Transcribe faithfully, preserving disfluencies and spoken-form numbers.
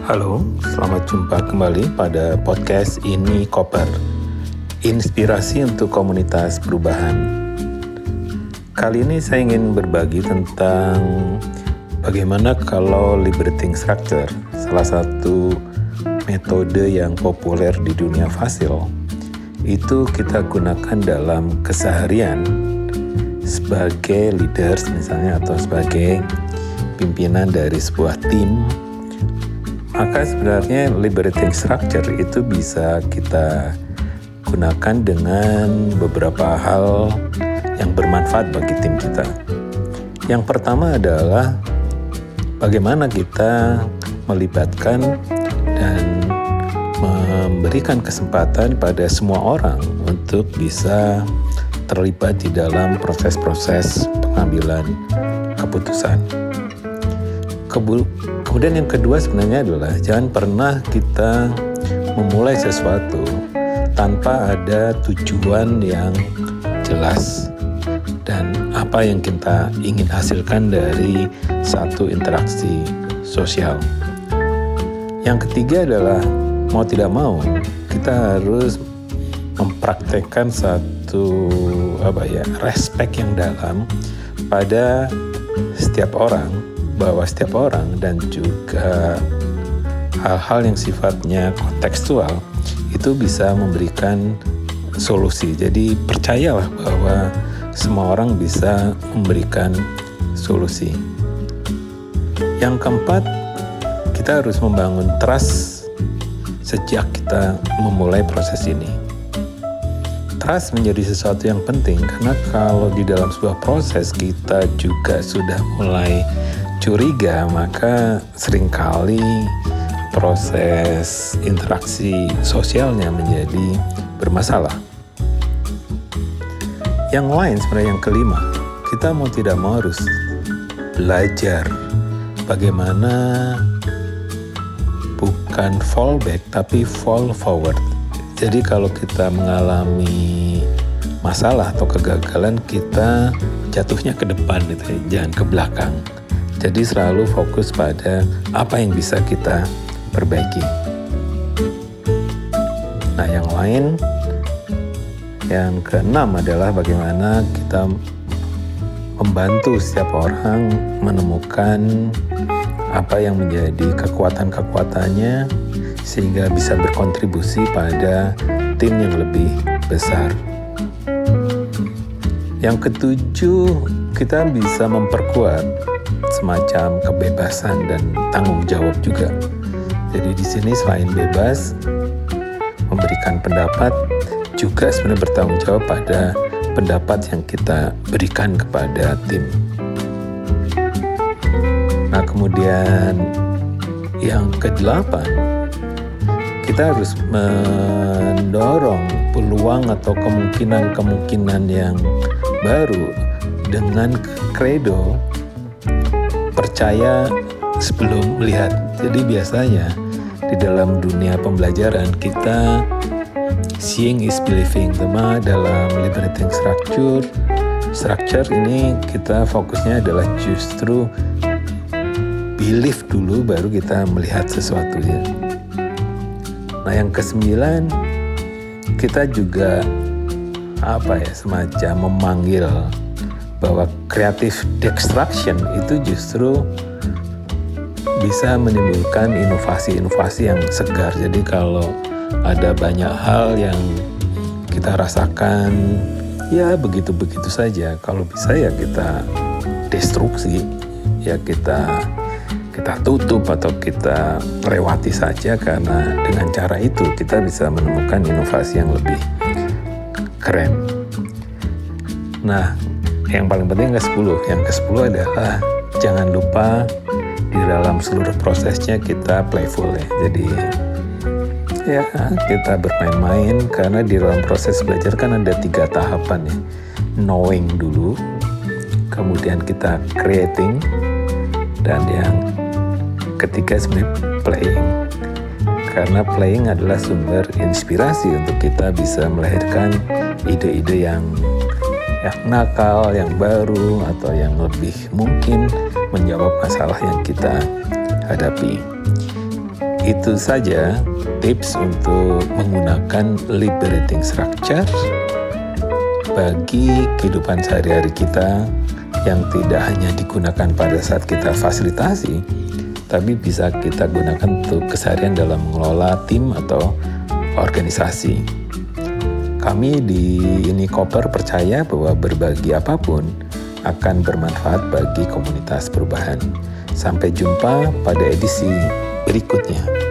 Halo, selamat jumpa kembali pada podcast Ini Koper, inspirasi untuk komunitas perubahan. Kali ini saya ingin berbagi tentang bagaimana kalau liberating structure, salah satu metode yang populer di dunia fasil, itu kita gunakan dalam keseharian sebagai leaders misalnya atau sebagai pimpinan dari sebuah tim. Maka sebenarnya liberating structure itu bisa kita gunakan dengan beberapa hal yang bermanfaat bagi tim kita. Yang pertama adalah bagaimana kita melibatkan dan memberikan kesempatan pada semua orang untuk bisa terlibat di dalam proses-proses pengambilan keputusan. Kemudian yang kedua sebenarnya adalah jangan pernah kita memulai sesuatu tanpa ada tujuan yang jelas dan apa yang kita ingin hasilkan dari satu interaksi sosial. Yang ketiga adalah mau tidak mau kita harus mempraktekkan satu apa ya respect yang dalam pada setiap orang, bahwa setiap orang dan juga hal-hal yang sifatnya kontekstual itu bisa memberikan solusi. Jadi percayalah bahwa semua orang bisa memberikan solusi. Yang keempat, kita harus membangun trust sejak kita memulai proses ini. Trust menjadi sesuatu yang penting karena kalau di dalam sebuah proses kita juga sudah mulai curiga, maka seringkali proses interaksi sosialnya menjadi bermasalah. Yang lain sebenarnya yang kelima, kita mau tidak mau harus belajar bagaimana bukan fall back tapi fall forward. Jadi kalau kita mengalami masalah atau kegagalan, kita jatuhnya ke depan gitu ya, jangan ke belakang. Jadi selalu fokus pada apa yang bisa kita perbaiki. Nah, yang lain, yang keenam adalah bagaimana kita membantu setiap orang menemukan apa yang menjadi kekuatan-kekuatannya sehingga bisa berkontribusi pada tim yang lebih besar. Yang ketujuh, kita bisa memperkuat semacam kebebasan dan tanggung jawab juga. Jadi di sini selain bebas memberikan pendapat, juga sebenarnya bertanggung jawab pada pendapat yang kita berikan kepada tim. Nah, kemudian yang kedelapan, kita harus mendorong peluang atau kemungkinan-kemungkinan yang baru dengan credo percaya sebelum melihat. Jadi biasanya di dalam dunia pembelajaran kita seeing is believing. Tema dalam liberating structure structure ini kita fokusnya adalah justru believe dulu baru kita melihat sesuatu ya. Nah, yang kesembilan, kita juga apa ya semacam memanggil bahwa creative destruction itu justru bisa menimbulkan inovasi-inovasi yang segar. Jadi kalau ada banyak hal yang kita rasakan ya begitu-begitu saja, kalau bisa ya kita destruksi, ya kita kita tutup atau kita lewati saja, karena dengan cara itu kita bisa menemukan inovasi yang lebih keren. Nah, yang paling penting yang kesepuluh. Yang kesepuluh adalah jangan lupa di dalam seluruh prosesnya kita playful ya. Jadi ya kita bermain-main, karena di dalam proses belajar kan ada tiga tahapan ya. Knowing dulu, kemudian kita creating, dan yang ketiga sebenarnya playing. Karena playing adalah sumber inspirasi untuk kita bisa melahirkan ide-ide yang yang nakal, yang baru, atau yang lebih mungkin menjawab masalah yang kita hadapi. Itu saja tips untuk menggunakan liberating structure bagi kehidupan sehari-hari kita yang tidak hanya digunakan pada saat kita fasilitasi, tapi bisa kita gunakan untuk keseharian dalam mengelola tim atau organisasi. Kami di Unicopper percaya bahwa berbagi apapun akan bermanfaat bagi komunitas perubahan. Sampai jumpa pada edisi berikutnya.